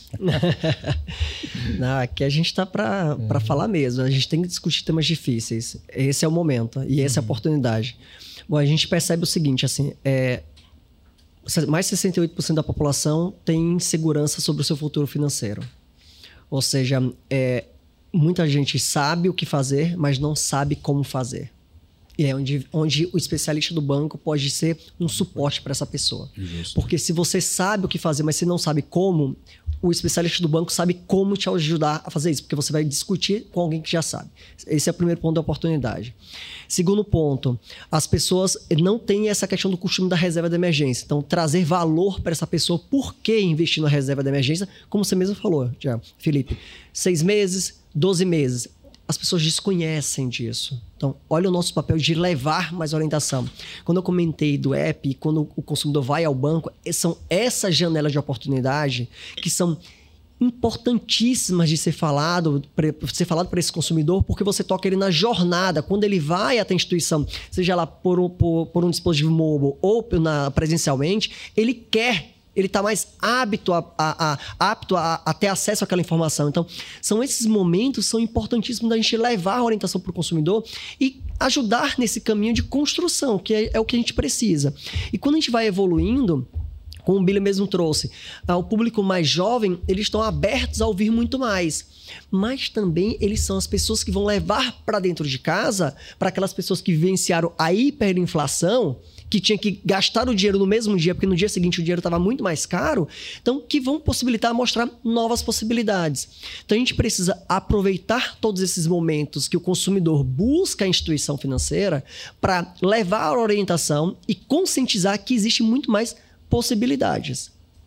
Não, aqui a gente está para uhum. falar mesmo. A gente tem que discutir temas difíceis. Esse é o momento e essa uhum. é a oportunidade. Bom, a gente percebe o seguinte, assim, é, mais de sessenta e oito por cento da população tem insegurança sobre o seu futuro financeiro. Ou seja, é, muita gente sabe o que fazer, mas não sabe como fazer. E é onde, onde o especialista do banco pode ser um suporte para essa pessoa. Justo. Porque se você sabe o que fazer, mas você não sabe como, o especialista do banco sabe como te ajudar a fazer isso, porque você vai discutir com alguém que já sabe. Esse é o primeiro ponto da oportunidade. Segundo ponto, as pessoas não têm essa questão do costume da reserva de emergência. Então, trazer valor para essa pessoa, por que investir na reserva de emergência? Como você mesmo falou, já, Felipe, seis meses, doze meses. As pessoas desconhecem disso. Então, olha o nosso papel de levar mais orientação. Quando eu comentei do app, quando o consumidor vai ao banco, são essas janelas de oportunidade que são importantíssimas de ser falado, ser falado para esse consumidor, porque você toca ele na jornada. Quando ele vai até a instituição, seja lá por, por, por um dispositivo mobile ou na, presencialmente, ele quer... ele está mais apto, a, a, a, apto a, a ter acesso àquela informação. Então, são esses momentos que são importantíssimos da gente levar a orientação para o consumidor e ajudar nesse caminho de construção, que é, é o que a gente precisa. E quando a gente vai evoluindo, como o Billy mesmo trouxe, o público mais jovem, eles estão abertos a ouvir muito mais. Mas também eles são as pessoas que vão levar para dentro de casa, para aquelas pessoas que vivenciaram a hiperinflação, que tinha que gastar o dinheiro no mesmo dia, porque no dia seguinte o dinheiro estava muito mais caro, então que vão possibilitar mostrar novas possibilidades. Então a gente precisa aproveitar todos esses momentos que o consumidor busca a instituição financeira para levar a orientação e conscientizar que existe muito mais possibilidades.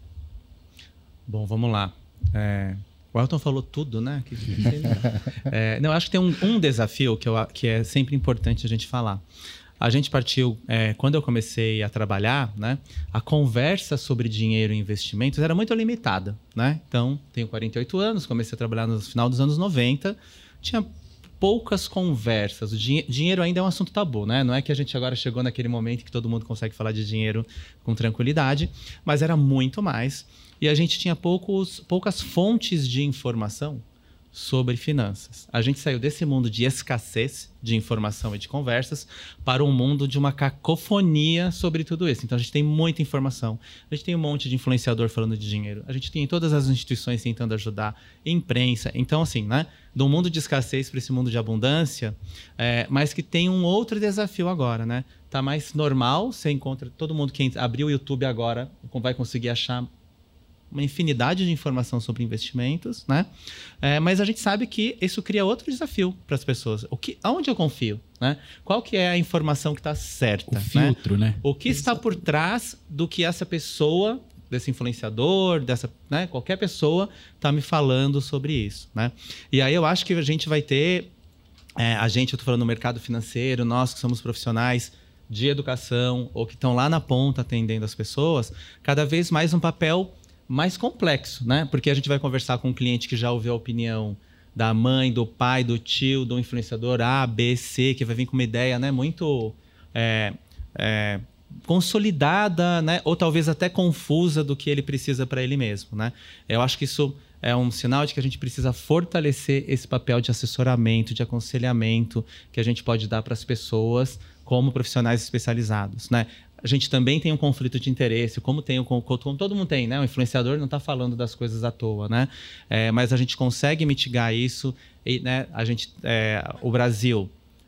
Bom, vamos lá. É, o Elton falou tudo, né? Que, que é, não, acho que tem um, um desafio que, eu, que é sempre importante a gente falar. A gente partiu, é, quando eu comecei a trabalhar, né, a conversa sobre dinheiro e investimentos era muito limitada, né? Então, tenho quarenta e oito anos, comecei a trabalhar no final dos anos noventa, tinha poucas conversas. O dinhe- dinheiro ainda é um assunto tabu, né? Não é que a gente agora chegou naquele momento que todo mundo consegue falar de dinheiro com tranquilidade, mas era muito mais. E a gente tinha poucos, poucas fontes de informação sobre finanças. A gente saiu desse mundo de escassez de informação e de conversas para um mundo de uma cacofonia sobre tudo isso. Então, a gente tem muita informação. A gente tem um monte de influenciador falando de dinheiro. A gente tem todas as instituições tentando ajudar, imprensa. Então, assim, né? Do mundo de escassez para esse mundo de abundância, é, mas que tem um outro desafio agora, né? Tá mais normal, você encontra todo mundo que abriu o YouTube agora vai conseguir achar uma infinidade de informação sobre investimentos, né? É, mas a gente sabe que isso cria outro desafio para as pessoas. O que, aonde eu confio, né? Qual que é a informação que está certa? O filtro, né? né? O que está por trás do que essa pessoa, desse influenciador, dessa, né? Qualquer pessoa está me falando sobre isso, né? E aí eu acho que a gente vai ter, é, a gente, eu estou falando no mercado financeiro, nós que somos profissionais de educação ou que estão lá na ponta atendendo as pessoas, cada vez mais um papel mais complexo, né? Porque a gente vai conversar com um cliente que já ouviu a opinião da mãe, do pai, do tio, do influenciador A, B, C, que vai vir com uma ideia, né, muito é, é, consolidada, né? Ou talvez até confusa do que ele precisa para ele mesmo, né? Eu acho que isso é um sinal de que a gente precisa fortalecer esse papel de assessoramento, de aconselhamento que a gente pode dar para as pessoas como profissionais especializados, né? A gente também tem um conflito de interesse, como tem o, como todo mundo tem, né? O influenciador não está falando das coisas à toa, né? É, mas a gente consegue mitigar isso e, né, a gente, é, o Brasil,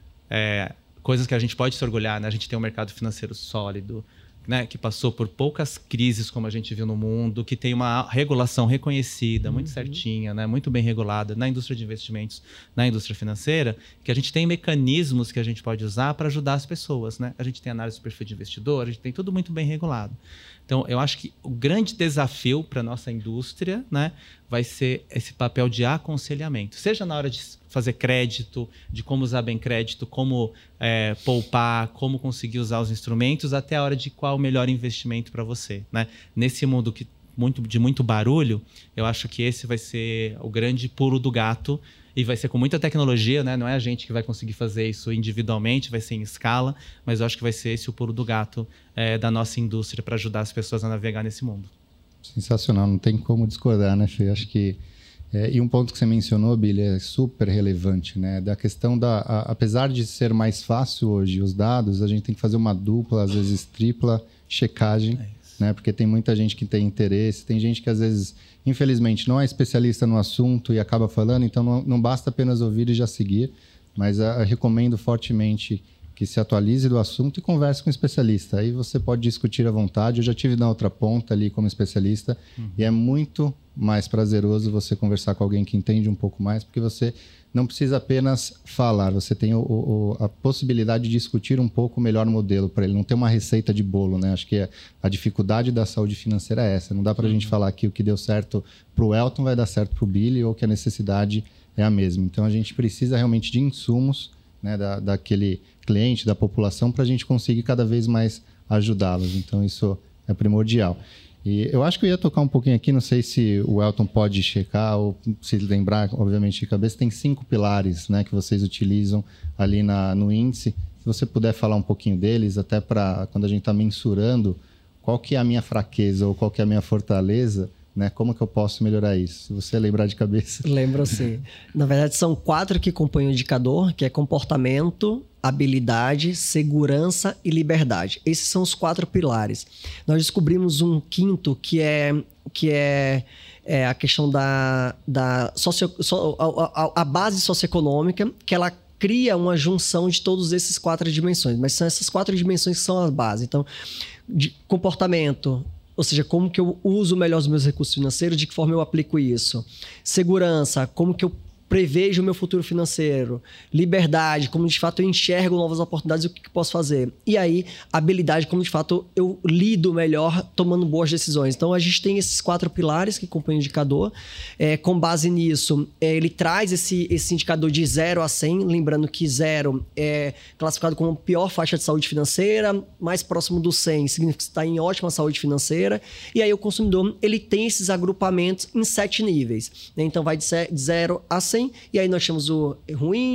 é, coisas que a gente pode se orgulhar, né? A gente tem um mercado financeiro sólido, né, que passou por poucas crises como a gente viu no mundo, que tem uma regulação reconhecida, muito uhum. certinha, né, muito bem regulada na indústria de investimentos, na indústria financeira, que a gente tem mecanismos que a gente pode usar para ajudar as pessoas, né? A gente tem análise do perfil de investidor, a gente tem tudo muito bem regulado. Então, eu acho que o grande desafio para a nossa indústria, né, vai ser esse papel de aconselhamento. Seja na hora de fazer crédito, de como usar bem crédito, como é, poupar, como conseguir usar os instrumentos, até a hora de qual o melhor investimento para você, né? Nesse mundo que, muito, de muito barulho, eu acho que esse vai ser o grande pulo do gato. E vai ser com muita tecnologia, né? Não é a gente que vai conseguir fazer isso individualmente, vai ser em escala, mas eu acho que vai ser esse o pulo do gato é, da nossa indústria para ajudar as pessoas a navegar nesse mundo. Sensacional, não tem como discordar, né, Fê? Acho que... É, e um ponto que você mencionou, Billy, é super relevante, né? Da questão da... A, apesar de ser mais fácil hoje os dados, a gente tem que fazer uma dupla, às vezes tripla checagem, é né? Porque tem muita gente que tem interesse, tem gente que às vezes... Infelizmente, não é especialista no assunto e acaba falando, então não, não basta apenas ouvir e já seguir, mas eu recomendo fortemente que se atualize do assunto e converse com um especialista. Aí você pode discutir à vontade. Eu já tive na outra ponta ali como especialista uhum. e é muito mais prazeroso você conversar com alguém que entende um pouco mais, porque você não precisa apenas falar, você tem o, o, a possibilidade de discutir um pouco o melhor modelo para ele, não ter uma receita de bolo, né? Acho que a, a dificuldade da saúde financeira é essa. Não dá para a uhum. gente falar que o que deu certo para o Elton vai dar certo para o Billy ou que a necessidade é a mesma. Então, a gente precisa realmente de insumos, né, da, daquele cliente, da população, para a gente conseguir cada vez mais ajudá-los. Então, isso é primordial. E eu acho que eu ia tocar um pouquinho aqui, não sei se o Elton pode checar ou se lembrar, obviamente, de cabeça. Tem cinco pilares, né, que vocês utilizam ali na, no índice. Se você puder falar um pouquinho deles, até para quando a gente está mensurando qual que é a minha fraqueza ou qual que é a minha fortaleza, né, como que eu posso melhorar isso? Se você lembrar de cabeça. Lembro sim. Na verdade, são quatro que compõem o indicador, que é comportamento, habilidade, segurança e liberdade. Esses são os quatro pilares. Nós descobrimos um quinto que é, que é, é a questão da, da socio, so, a, a, a base socioeconômica, que ela cria uma junção de todas essas quatro dimensões. Mas são essas quatro dimensões que são a base. Então, de comportamento, ou seja, como que eu uso melhor os meus recursos financeiros, de que forma eu aplico isso. Segurança, como que eu prevejo o meu futuro financeiro. Liberdade, como de fato eu enxergo novas oportunidades e o que, que posso fazer. E aí, habilidade, como de fato eu lido melhor tomando boas decisões. Então, a gente tem esses quatro pilares que compõem o indicador. É, com base nisso, é, ele traz esse, esse indicador de zero a cem, lembrando que zero é classificado como pior faixa de saúde financeira, mais próximo do cem significa que está em ótima saúde financeira. E aí, o consumidor ele tem esses agrupamentos em sete níveis. Né? Então, vai de zero a cem. E aí nós temos o ruim,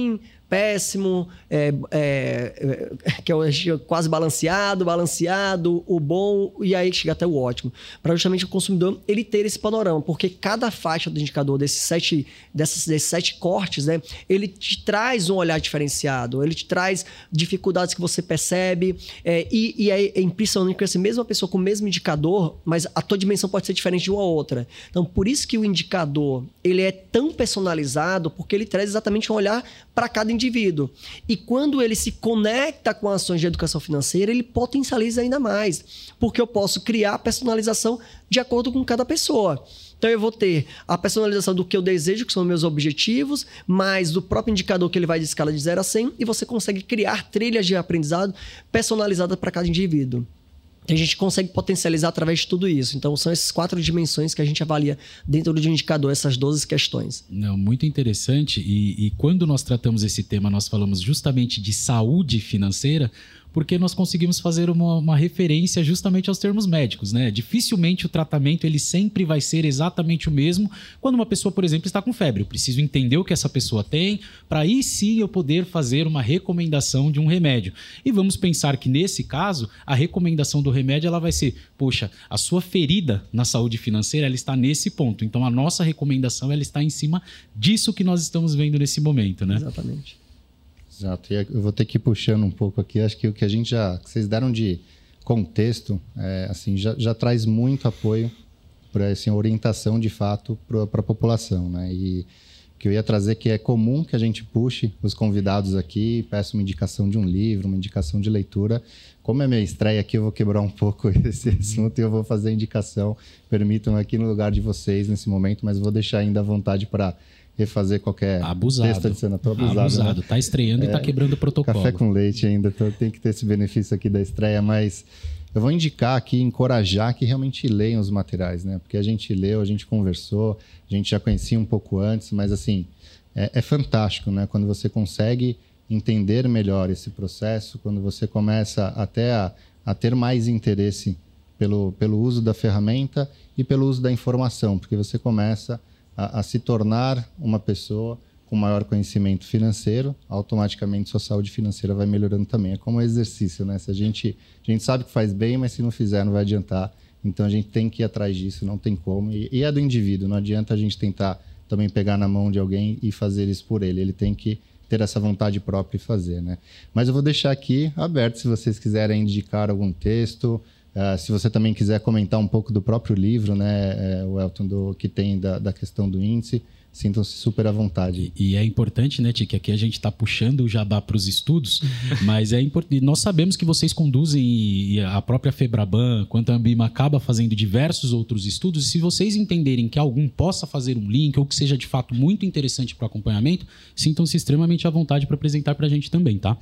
péssimo, é, é, é, que é quase balanceado, balanceado, o bom, e aí chega até o ótimo. Para justamente o consumidor ele ter esse panorama, porque cada faixa do indicador desses sete, dessas, desses sete cortes, né, ele te traz um olhar diferenciado, ele te traz dificuldades que você percebe, é, e, e é, é impressionante que assim, mesmo a pessoa com o mesmo indicador, mas a tua dimensão pode ser diferente de uma outra. Então, por isso que o indicador ele é tão personalizado, porque ele traz exatamente um olhar para cada indivíduo. E quando ele se conecta com ações de educação financeira, ele potencializa ainda mais, porque eu posso criar personalização de acordo com cada pessoa. Então, eu vou ter a personalização do que eu desejo, que são meus objetivos, mais do próprio indicador que ele vai de escala de zero a cem, e você consegue criar trilhas de aprendizado personalizadas para cada indivíduo. A gente consegue potencializar através de tudo isso. Então, são essas quatro dimensões que a gente avalia dentro do indicador, essas doze questões. Não, muito interessante. E, e quando nós tratamos esse tema, nós falamos justamente de saúde financeira, porque nós conseguimos fazer uma, uma referência justamente aos termos médicos, né? Dificilmente o tratamento ele sempre vai ser exatamente o mesmo quando uma pessoa, por exemplo, está com febre. Eu preciso entender o que essa pessoa tem para aí sim eu poder fazer uma recomendação de um remédio. E vamos pensar que nesse caso, a recomendação do remédio ela vai ser, poxa, a sua ferida na saúde financeira ela está nesse ponto. Então a nossa recomendação ela está em cima disso que nós estamos vendo nesse momento, né? Exatamente. Exato, e eu vou ter que ir puxando um pouco aqui, acho que o que a gente já, que vocês deram de contexto, é, assim, já, já traz muito apoio para assim, orientação de fato para a população, né? E que eu ia trazer que é comum que a gente puxe os convidados aqui, peça uma indicação de um livro, uma indicação de leitura. Como é minha estreia aqui, eu vou quebrar um pouco esse assunto e eu vou fazer a indicação, permitam aqui no lugar de vocês nesse momento, mas vou deixar ainda à vontade para refazer qualquer abusado. texto adicional. Tô abusado, abusado. Né? Tá estreando é, e tá quebrando o protocolo. Café com leite ainda, então tem que ter esse benefício aqui da estreia, mas eu vou indicar aqui, encorajar que realmente leiam os materiais, né? Porque a gente leu, a gente conversou, a gente já conhecia um pouco antes, mas assim, é, é fantástico, né? Quando você consegue entender melhor esse processo, quando você começa até a, a ter mais interesse pelo, pelo uso da ferramenta e pelo uso da informação, porque você começa A, a se tornar uma pessoa com maior conhecimento financeiro, automaticamente sua saúde financeira vai melhorando também. É como um exercício, né? Se a gente, a gente sabe que faz bem, mas se não fizer, não vai adiantar. Então, a gente tem que ir atrás disso, não tem como. E, e é do indivíduo, não adianta a gente tentar também pegar na mão de alguém e fazer isso por ele. Ele tem que ter essa vontade própria e fazer, né? Mas eu vou deixar aqui aberto, se vocês quiserem indicar algum texto. Uh, se você também quiser comentar um pouco do próprio livro, né, é, o Elton, do, que tem da, da questão do índice, sintam-se super à vontade. E, e é importante, né, Ti, que aqui a gente está puxando o jabá para os estudos, mas é importante. Nós sabemos que vocês conduzem e a própria Febraban, quanto a Ambima acaba fazendo diversos outros estudos, e se vocês entenderem que algum possa fazer um link ou que seja de fato muito interessante para o acompanhamento, sintam-se extremamente à vontade para apresentar para a gente também, tá?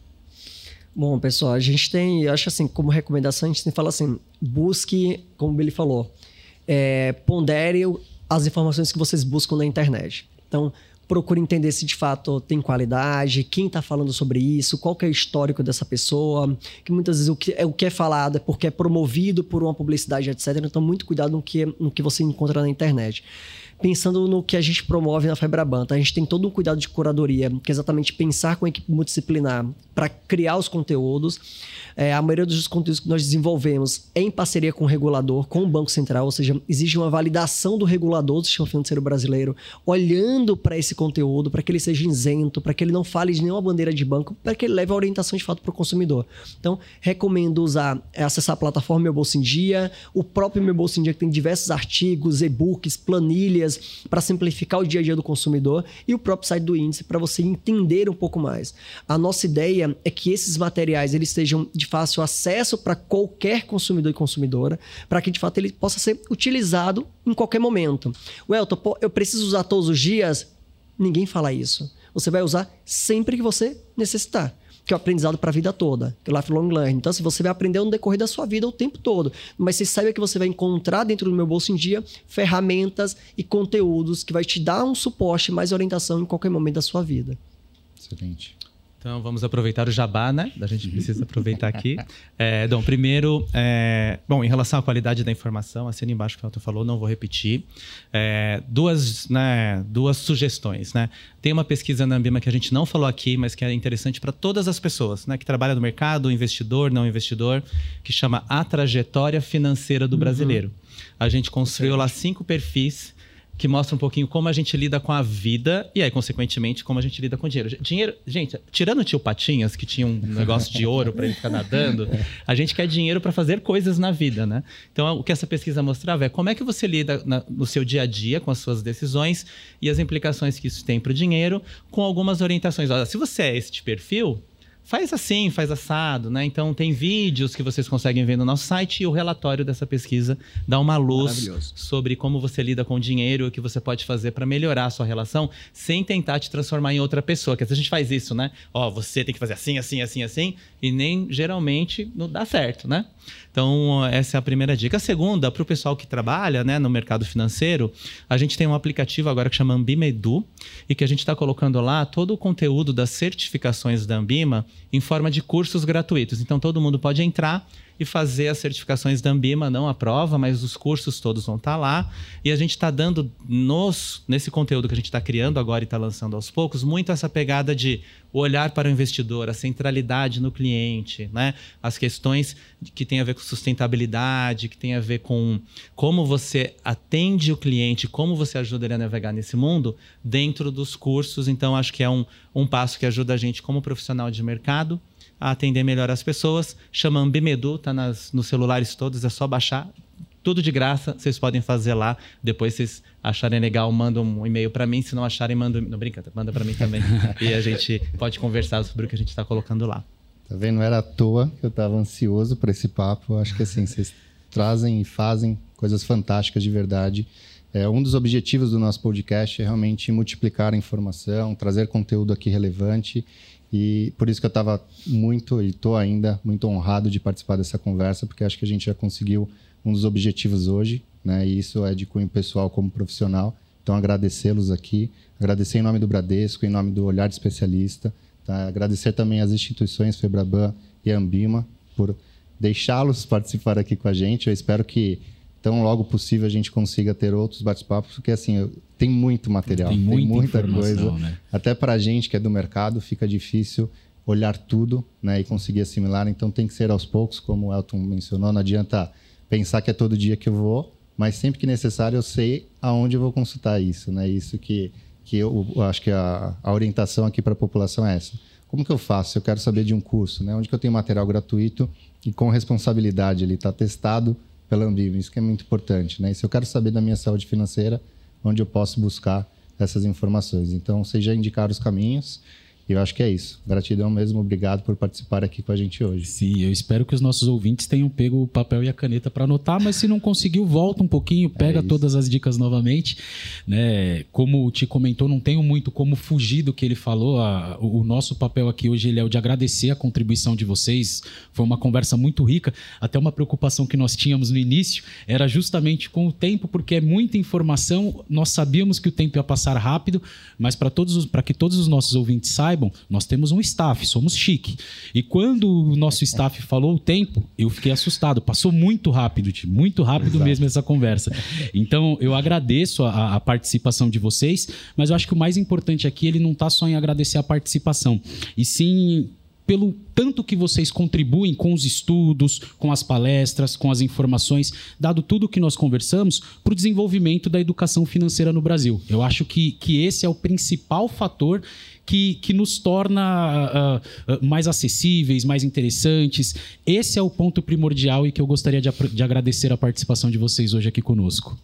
Bom, pessoal, a gente tem, eu acho assim, como recomendação, a gente tem que falar assim, busque, como o Billy falou, é, pondere as informações que vocês buscam na internet. Então, procure entender se de fato tem qualidade, quem está falando sobre isso, qual que é o histórico dessa pessoa, que muitas vezes o que é, o que é falado é porque é promovido por uma publicidade, etcétera. Então, muito cuidado no que, no que você encontra na internet. Pensando no que a gente promove na Febraban, tá? A gente tem todo um cuidado de curadoria, que é exatamente pensar com a equipe multidisciplinar para criar os conteúdos. É, a maioria dos conteúdos que nós desenvolvemos é em parceria com o regulador, com o Banco Central, ou seja, exige uma validação do regulador do sistema financeiro brasileiro, olhando para esse conteúdo, para que ele seja isento, para que ele não fale de nenhuma bandeira de banco, para que ele leve a orientação de fato para o consumidor. Então, recomendo usar, é, acessar a plataforma Meu Bolso em Dia, o próprio Meu Bolso em Dia, que tem diversos artigos, e-books, planilhas, para simplificar o dia a dia do consumidor, e o próprio site do índice para você entender um pouco mais. A nossa ideia é que esses materiais eles sejam de fácil acesso para qualquer consumidor e consumidora, para que de fato ele possa ser utilizado em qualquer momento. Welton, eu preciso usar todos os dias? Ninguém fala isso. Você vai usar sempre que você necessitar, que é o aprendizado para a vida toda, que é o lifelong learning. Então, se você vai aprender no decorrer da sua vida o tempo todo, mas você saiba que você vai encontrar dentro do Meu Bolso em Dia ferramentas e conteúdos que vai te dar um suporte, mais orientação em qualquer momento da sua vida. Excelente. Então, vamos aproveitar o jabá, né? A gente precisa aproveitar aqui. É, bom, primeiro, é, bom, em relação à qualidade da informação, assina embaixo o que o Elton falou, não vou repetir. É, duas, né, duas sugestões, né? Tem uma pesquisa na Ambima que a gente não falou aqui, mas que é interessante para todas as pessoas, né? Que trabalham no mercado, investidor, não investidor, que chama A Trajetória Financeira do uhum. Brasileiro. A gente construiu lá cinco perfis que mostra um pouquinho como a gente lida com a vida e aí, consequentemente, como a gente lida com o dinheiro. Dinheiro, gente, tirando o tio Patinhas, que tinha um negócio de ouro para ele ficar nadando, a gente quer dinheiro para fazer coisas na vida, né? Então, o que essa pesquisa mostrava é como é que você lida na, no seu dia a dia com as suas decisões e as implicações que isso tem para o dinheiro, com algumas orientações. Olha, se você é esse perfil, faz assim, faz assado, né? Então, tem vídeos que vocês conseguem ver no nosso site e o relatório dessa pesquisa dá uma luz sobre como você lida com o dinheiro e o que você pode fazer para melhorar a sua relação sem tentar te transformar em outra pessoa. Porque a gente faz isso, né? Ó, você tem que fazer assim, assim, assim, assim e nem, geralmente, não dá certo, né? Então, essa é a primeira dica. A segunda, para o pessoal que trabalha, né, no mercado financeiro, a gente tem um aplicativo agora que chama Ambima Edu e que a gente está colocando lá todo o conteúdo das certificações da Ambima em forma de cursos gratuitos. Então, todo mundo pode entrar e fazer as certificações da Ambima, não a prova, mas os cursos todos vão estar lá. E a gente está dando, nos, nesse conteúdo que a gente está criando agora e está lançando aos poucos, muito essa pegada de olhar para o investidor, a centralidade no cliente, né? As questões que tem a ver com sustentabilidade, que tem a ver com como você atende o cliente, como você ajuda ele a navegar nesse mundo dentro dos cursos. Então, acho que é um, um passo que ajuda a gente como profissional de mercado a atender melhor as pessoas. Chama Ambima Edu, está nos celulares todos, é só baixar. Tudo de graça, vocês podem fazer lá. Depois, vocês acharem legal, mandam um e-mail para mim. Se não acharem, mandam... Não, brincadeira, manda para mim também. E a gente pode conversar sobre o que a gente está colocando lá. Tá vendo? Não era à toa que eu estava ansioso para esse papo. Eu acho que assim, vocês trazem e fazem coisas fantásticas de verdade. É, um dos objetivos do nosso podcast é realmente multiplicar a informação, trazer conteúdo aqui relevante. E por isso que eu estava muito, e estou ainda, muito honrado de participar dessa conversa, porque acho que a gente já conseguiu um dos objetivos hoje, né? E isso é de cunho pessoal como profissional. Então, agradecê-los aqui, agradecer em nome do Bradesco, em nome do Olhar de Especialista, tá? Agradecer também às instituições Febraban e Ambima por deixá-los participar aqui com a gente. Eu espero que tão logo possível a gente consiga ter outros bate-papos, porque assim, eu, tem muito material, tem, tem muita coisa. Né? Até para a gente que é do mercado, fica difícil olhar tudo, né, e conseguir assimilar. Então tem que ser aos poucos, como o Elton mencionou, não adianta pensar que é todo dia que eu vou, mas sempre que necessário eu sei aonde eu vou consultar isso. Né? Isso que, que eu, eu acho que a, a orientação aqui para a população é essa. Como que eu faço? Eu quero saber de um curso, né? Onde que eu tenho material gratuito e com responsabilidade, ele está testado pela Ambima, isso que é muito importante, né? E se eu quero saber da minha saúde financeira, onde eu posso buscar essas informações? Então, vocês já indicaram os caminhos e eu acho que é isso. Gratidão mesmo, obrigado por participar aqui com a gente hoje. Sim, eu espero que os nossos ouvintes tenham pego o papel e a caneta para anotar, mas se não conseguiu, volta um pouquinho, pega é todas as dicas novamente. Né? Como o Ti comentou, não tenho muito como fugir do que ele falou. A, o, o nosso papel aqui hoje ele é o de agradecer a contribuição de vocês. Foi uma conversa muito rica. Até uma preocupação que nós tínhamos no início era justamente com o tempo, porque é muita informação. Nós sabíamos que o tempo ia passar rápido, mas para todos os, para que todos os nossos ouvintes saibam, nós temos um staff, somos chique. E quando o nosso staff falou o tempo, eu fiquei assustado. Passou muito rápido, Ti, muito rápido Exato. Mesmo essa conversa. Então, eu agradeço a, a participação de vocês, mas eu acho que o mais importante aqui, ele não está só em agradecer a participação, e sim pelo tanto que vocês contribuem com os estudos, com as palestras, com as informações, dado tudo o que nós conversamos, para o desenvolvimento da educação financeira no Brasil. Eu acho que, que esse é o principal fator que, que nos torna uh, uh, mais acessíveis, mais interessantes. Esse é o ponto primordial e que eu gostaria de, de agradecer a participação de vocês hoje aqui conosco.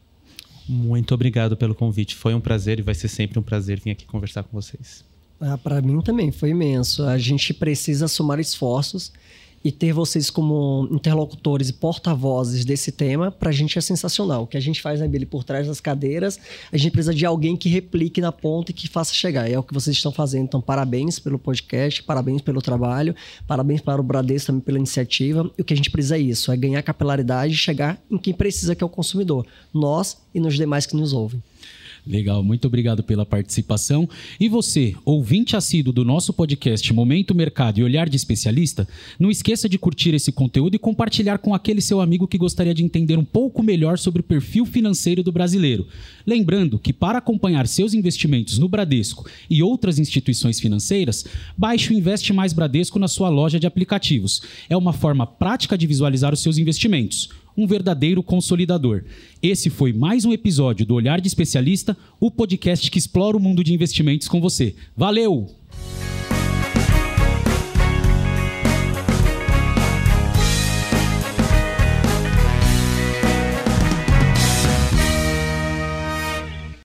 Muito obrigado pelo convite. Foi um prazer e vai ser sempre um prazer vir aqui conversar com vocês. Ah, para mim também foi imenso. A gente precisa somar esforços e ter vocês como interlocutores e porta-vozes desse tema, para a gente é sensacional. O que a gente faz, né, Billy, por trás das cadeiras, a gente precisa de alguém que replique na ponta e que faça chegar. E é o que vocês estão fazendo. Então, parabéns pelo podcast, parabéns pelo trabalho, parabéns para o Bradesco também pela iniciativa. E o que a gente precisa é isso, é ganhar capilaridade e chegar em quem precisa, que é o consumidor. Nós e nos demais que nos ouvem. Legal, muito obrigado pela participação. E você, ouvinte assíduo do nosso podcast Momento Mercado e Olhar de Especialista, não esqueça de curtir esse conteúdo e compartilhar com aquele seu amigo que gostaria de entender um pouco melhor sobre o perfil financeiro do brasileiro. Lembrando que para acompanhar seus investimentos no Bradesco e outras instituições financeiras, baixe o Investe Mais Bradesco na sua loja de aplicativos. É uma forma prática de visualizar os seus investimentos. Um verdadeiro consolidador. Esse foi mais um episódio do Olhar de Especialista, o podcast que explora o mundo de investimentos com você. Valeu!